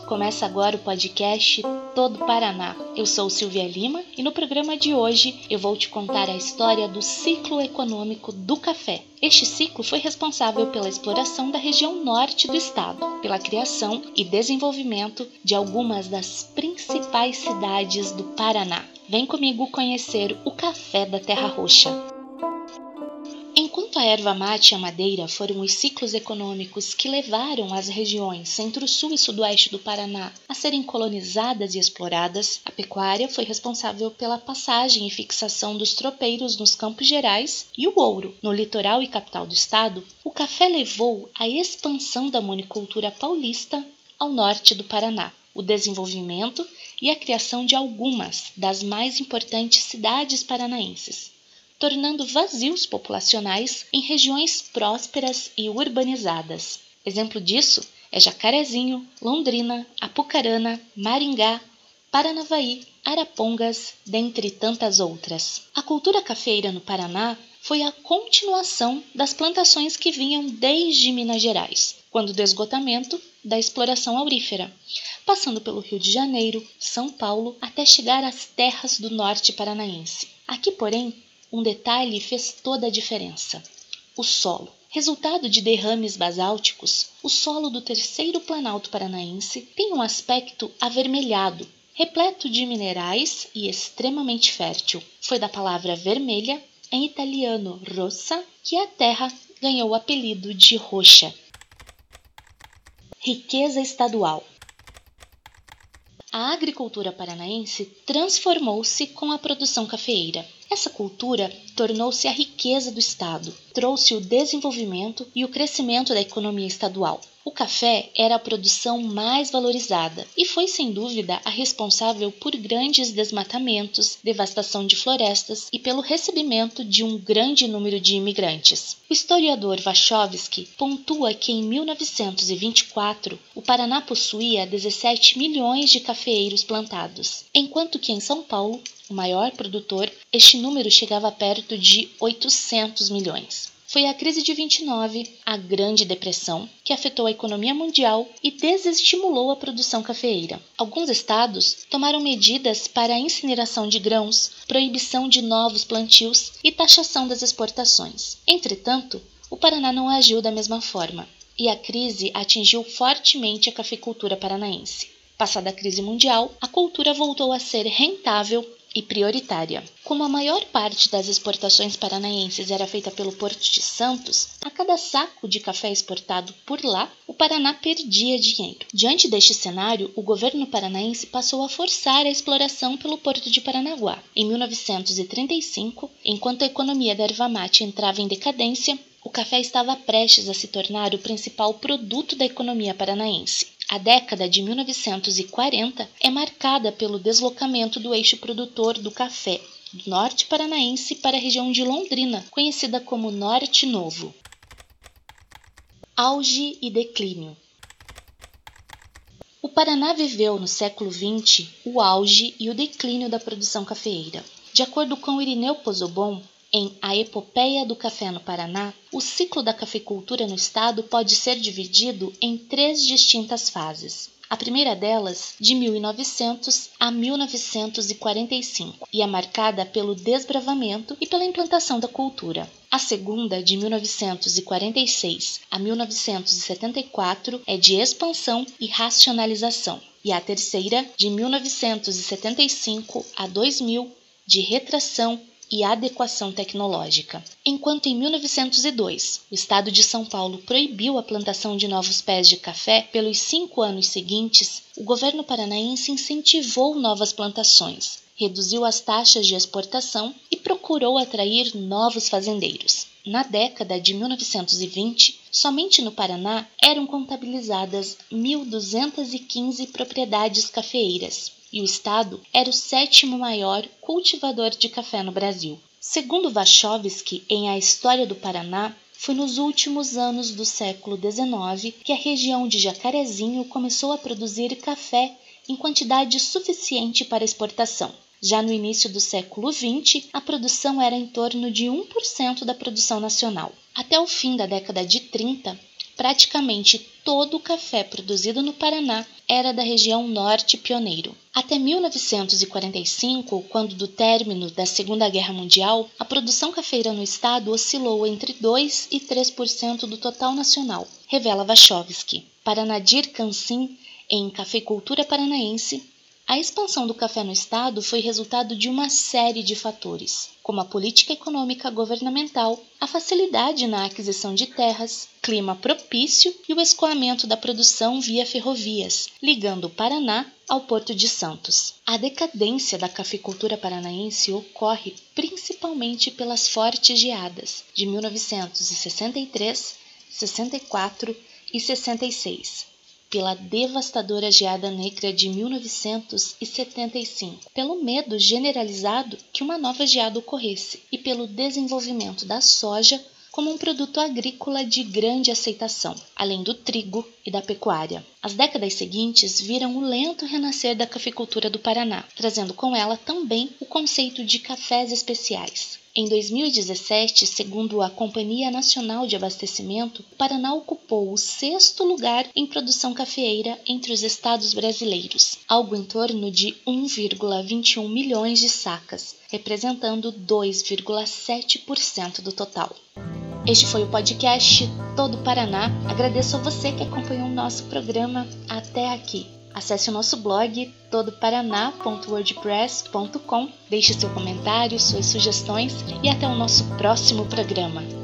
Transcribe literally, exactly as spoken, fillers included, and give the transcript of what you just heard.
Começa agora o podcast Todo Paraná. Eu sou Silvia Lima e no programa de hoje eu vou te contar a história do ciclo econômico do café. Este ciclo foi responsável pela exploração da região norte do estado, pela criação e desenvolvimento de algumas das principais cidades do Paraná. Vem comigo conhecer o café da Terra Roxa. Enquanto a erva mate e a madeira foram os ciclos econômicos que levaram as regiões centro-sul e sudoeste do Paraná a serem colonizadas e exploradas, a pecuária foi responsável pela passagem e fixação dos tropeiros nos Campos Gerais e o ouro. No litoral e capital do estado, o café levou à expansão da monocultura paulista ao norte do Paraná, o desenvolvimento e a criação de algumas das mais importantes cidades paranaenses, tornando vazios populacionais em regiões prósperas e urbanizadas. Exemplo disso é Jacarezinho, Londrina, Apucarana, Maringá, Paranavaí, Arapongas, dentre tantas outras. A cultura cafeira no Paraná foi a continuação das plantações que vinham desde Minas Gerais, quando do esgotamento da exploração aurífera, passando pelo Rio de Janeiro, São Paulo, até chegar às terras do norte paranaense. Aqui, porém, um detalhe fez toda a diferença: o solo. Resultado de derrames basálticos, o solo do terceiro planalto paranaense tem um aspecto avermelhado, repleto de minerais e extremamente fértil. Foi da palavra vermelha, em italiano rossa, que a terra ganhou o apelido de roxa. Riqueza estadual. A agricultura paranaense transformou-se com a produção cafeeira. Essa cultura tornou-se a riqueza do estado, trouxe o desenvolvimento e o crescimento da economia estadual. O café era a produção mais valorizada e foi, sem dúvida, a responsável por grandes desmatamentos, devastação de florestas e pelo recebimento de um grande número de imigrantes. O historiador Wachowski pontua que em mil novecentos e vinte e quatro o Paraná possuía dezessete milhões de cafeeiros plantados, enquanto que em São Paulo, o maior produtor, este número chegava perto de oitocentos milhões. Foi a crise de vinte e nove, a Grande Depressão, que afetou a economia mundial e desestimulou a produção cafeeira. Alguns estados tomaram medidas para a incineração de grãos, proibição de novos plantios e taxação das exportações. Entretanto, o Paraná não agiu da mesma forma, e a crise atingiu fortemente a cafeicultura paranaense. Passada a crise mundial, a cultura voltou a ser rentável e prioritária. Como a maior parte das exportações paranaenses era feita pelo Porto de Santos, a cada saco de café exportado por lá, o Paraná perdia dinheiro. Diante deste cenário, o governo paranaense passou a forçar a exploração pelo Porto de Paranaguá. Em mil novecentos e trinta e cinco, enquanto a economia da erva mate entrava em decadência, o café estava prestes a se tornar o principal produto da economia paranaense. A década de mil novecentos e quarenta é marcada pelo deslocamento do eixo produtor do café do norte paranaense para a região de Londrina, conhecida como Norte Novo. Auge e declínio. O Paraná viveu no século vinte o auge e o declínio da produção cafeeira. De acordo com Irineu Pozzobon, em A Epopeia do Café no Paraná, o ciclo da cafeicultura no estado pode ser dividido em três distintas fases. A primeira delas, de mil e novecentos a mil novecentos e quarenta e cinco, e é marcada pelo desbravamento e pela implantação da cultura. A segunda, de mil novecentos e quarenta e seis a mil novecentos e setenta e quatro, é de expansão e racionalização. E a terceira, de mil novecentos e setenta e cinco a dois mil, de retração e adequação tecnológica. Enquanto em mil novecentos e dois o estado de São Paulo proibiu a plantação de novos pés de café, pelos cinco anos seguintes, o governo paranaense incentivou novas plantações, reduziu as taxas de exportação e procurou atrair novos fazendeiros. Na década de mil novecentos e vinte, somente no Paraná eram contabilizadas mil duzentas e quinze propriedades cafeeiras, e o estado era o sétimo maior cultivador de café no Brasil. Segundo Wachowski, em A História do Paraná, foi nos últimos anos do século dezenove que a região de Jacarezinho começou a produzir café em quantidade suficiente para exportação. Já no início do século vinte, a produção era em torno de um por cento da produção nacional. Até o fim da década de trinta, praticamente todo o café produzido no Paraná era da região norte pioneiro. Até mil novecentos e quarenta e cinco, quando do término da Segunda Guerra Mundial, a produção cafeira no estado oscilou entre dois e três por cento do total nacional, revela Wachowski. Para Nadir Kansim, em Cafeicultura Paranaense, a expansão do café no estado foi resultado de uma série de fatores, como a política econômica governamental, a facilidade na aquisição de terras, clima propício e o escoamento da produção via ferrovias, ligando o Paraná ao Porto de Santos. A decadência da cafeicultura paranaense ocorre principalmente pelas fortes geadas de mil novecentos e sessenta e três, sessenta e quatro e sessenta e seis. Pela devastadora geada negra de mil novecentos e setenta e cinco, pelo medo generalizado que uma nova geada ocorresse e pelo desenvolvimento da soja como um produto agrícola de grande aceitação, além do trigo e da pecuária. As décadas seguintes viram o lento renascer da cafeicultura do Paraná, trazendo com ela também o conceito de cafés especiais. Em dois mil e dezessete, segundo a Companhia Nacional de Abastecimento, o Paraná ocupou o sexto lugar em produção cafeeira entre os estados brasileiros, algo em torno de um vírgula vinte e um milhões de sacas, representando dois vírgula sete por cento do total. Este foi o podcast Todo Paraná. Agradeço a você que acompanhou o nosso programa até aqui. Acesse o nosso blog todo paraná ponto wordpress ponto com, deixe seu comentário, suas sugestões e até o nosso próximo programa.